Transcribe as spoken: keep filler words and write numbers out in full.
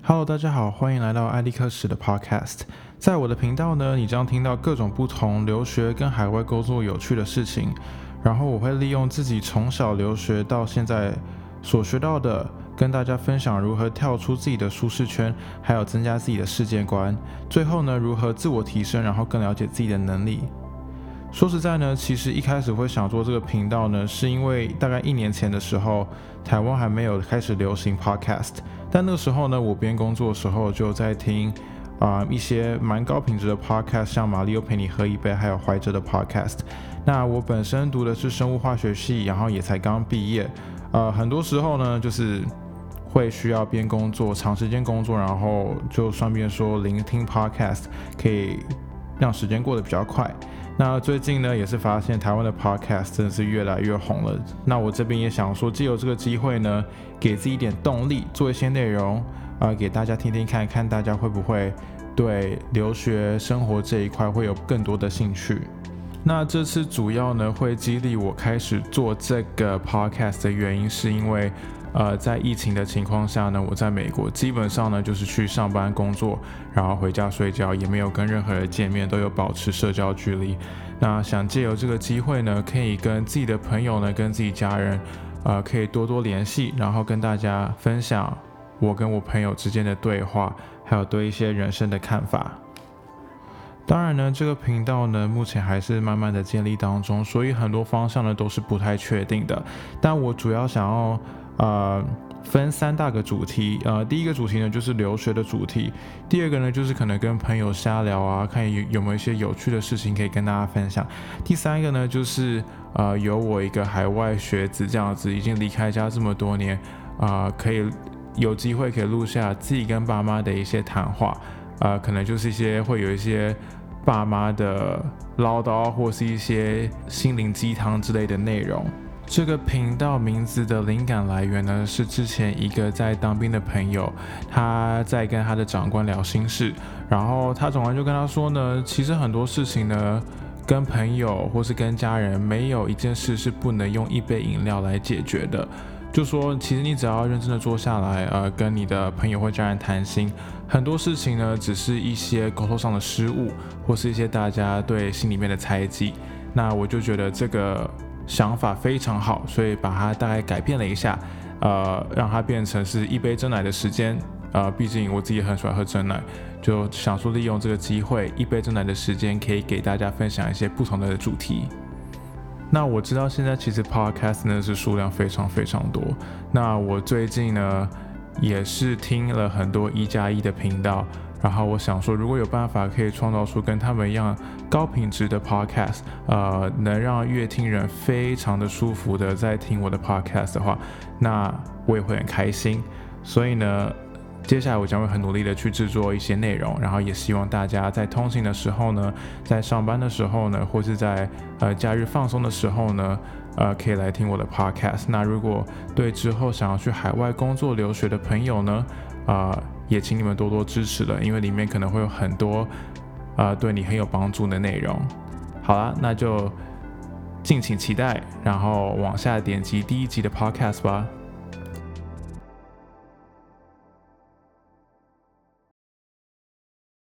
Hello， 大家好，欢迎来到艾利克史的 Podcast。在我的频道呢，你将听到各种不同留学跟海外工作有趣的事情，然后我会利用自己从小留学到现在所学到的，跟大家分享如何跳出自己的舒适圈，还有增加自己的世界观。最后呢，如何自我提升，然后更了解自己的能力。说实在呢，其实一开始会想做这个频道呢，是因为大概一年前的时候，台湾还没有开始流行 podcast， 但那个时候呢，我边工作的时候就在听啊、呃、一些蛮高品质的 podcast， 像马里欧陪你喝一杯，还有怀哲的 podcast。那我本身读的是生物化学系，然后也才刚毕业，呃，很多时候呢，就是会需要边工作，长时间工作，然后就顺便说聆听 podcast， 可以让时间过得比较快。那最近呢，也是发现台湾的 podcast 真的是越来越红了。那我这边也想说，藉由这个机会呢，给自己一点动力，做一些内容啊、呃，给大家听听看，看大家会不会对留学生活这一块会有更多的兴趣。那这次主要呢，会激励我开始做这个 podcast 的原因，是因为呃，在疫情的情况下呢，我在美国基本上呢就是去上班工作，然后回家睡觉，也没有跟任何人见面，都有保持社交距离。那想借由这个机会呢，可以跟自己的朋友呢，跟自己家人，呃，可以多多联系，然后跟大家分享我跟我朋友之间的对话，还有对一些人生的看法。当然呢，这个频道呢，目前还是慢慢的建立当中，所以很多方向呢都是不太确定的。但我主要想要呃，分三大个主题，呃，第一个主题呢就是留学的主题，第二个呢就是可能跟朋友瞎聊啊，看有有没有一些有趣的事情可以跟大家分享，第三个呢就是呃，有我一个海外学子这样子，已经离开家这么多年，啊、呃，可以有机会可以录下自己跟爸妈的一些谈话，呃，可能就是一些会有一些爸妈的唠叨，或是一些心灵鸡汤之类的内容。这个频道名字的灵感来源呢，是之前一个在当兵的朋友，他在跟他的长官聊心事，然后他长官就跟他说呢，其实很多事情呢，跟朋友或是跟家人，没有一件事是不能用一杯饮料来解决的。就说其实你只要认真的坐下来，呃，跟你的朋友或家人谈心，很多事情呢，只是一些沟通上的失误，或是一些大家对心里面的猜忌。那我就觉得这个想法非常好，所以把它大概改变了一下，呃，让它变成是一杯珍奶的时间，呃，毕竟我自己很喜欢喝珍奶，就想说利用这个机会，一杯珍奶的时间可以给大家分享一些不同的主题。那我知道现在其实 podcast 呢是数量非常非常多，那我最近呢也是听了很多一加一的频道，然后我想说，如果有办法可以创造出跟他们一样高品质的 podcast， 呃，能让乐听人非常的舒服的在听我的 podcast 的话，那我也会很开心。所以呢，接下来我将会很努力的去制作一些内容，然后也希望大家在通勤的时候呢，在上班的时候呢，或是在呃假日放松的时候呢，呃，可以来听我的 podcast。那如果对之后想要去海外工作留学的朋友呢，呃，也请你们多多支持了，因为里面可能会有很多呃对你很有帮助的内容。好啦，那就敬请期待，然后往下点击第一集的 podcast 吧。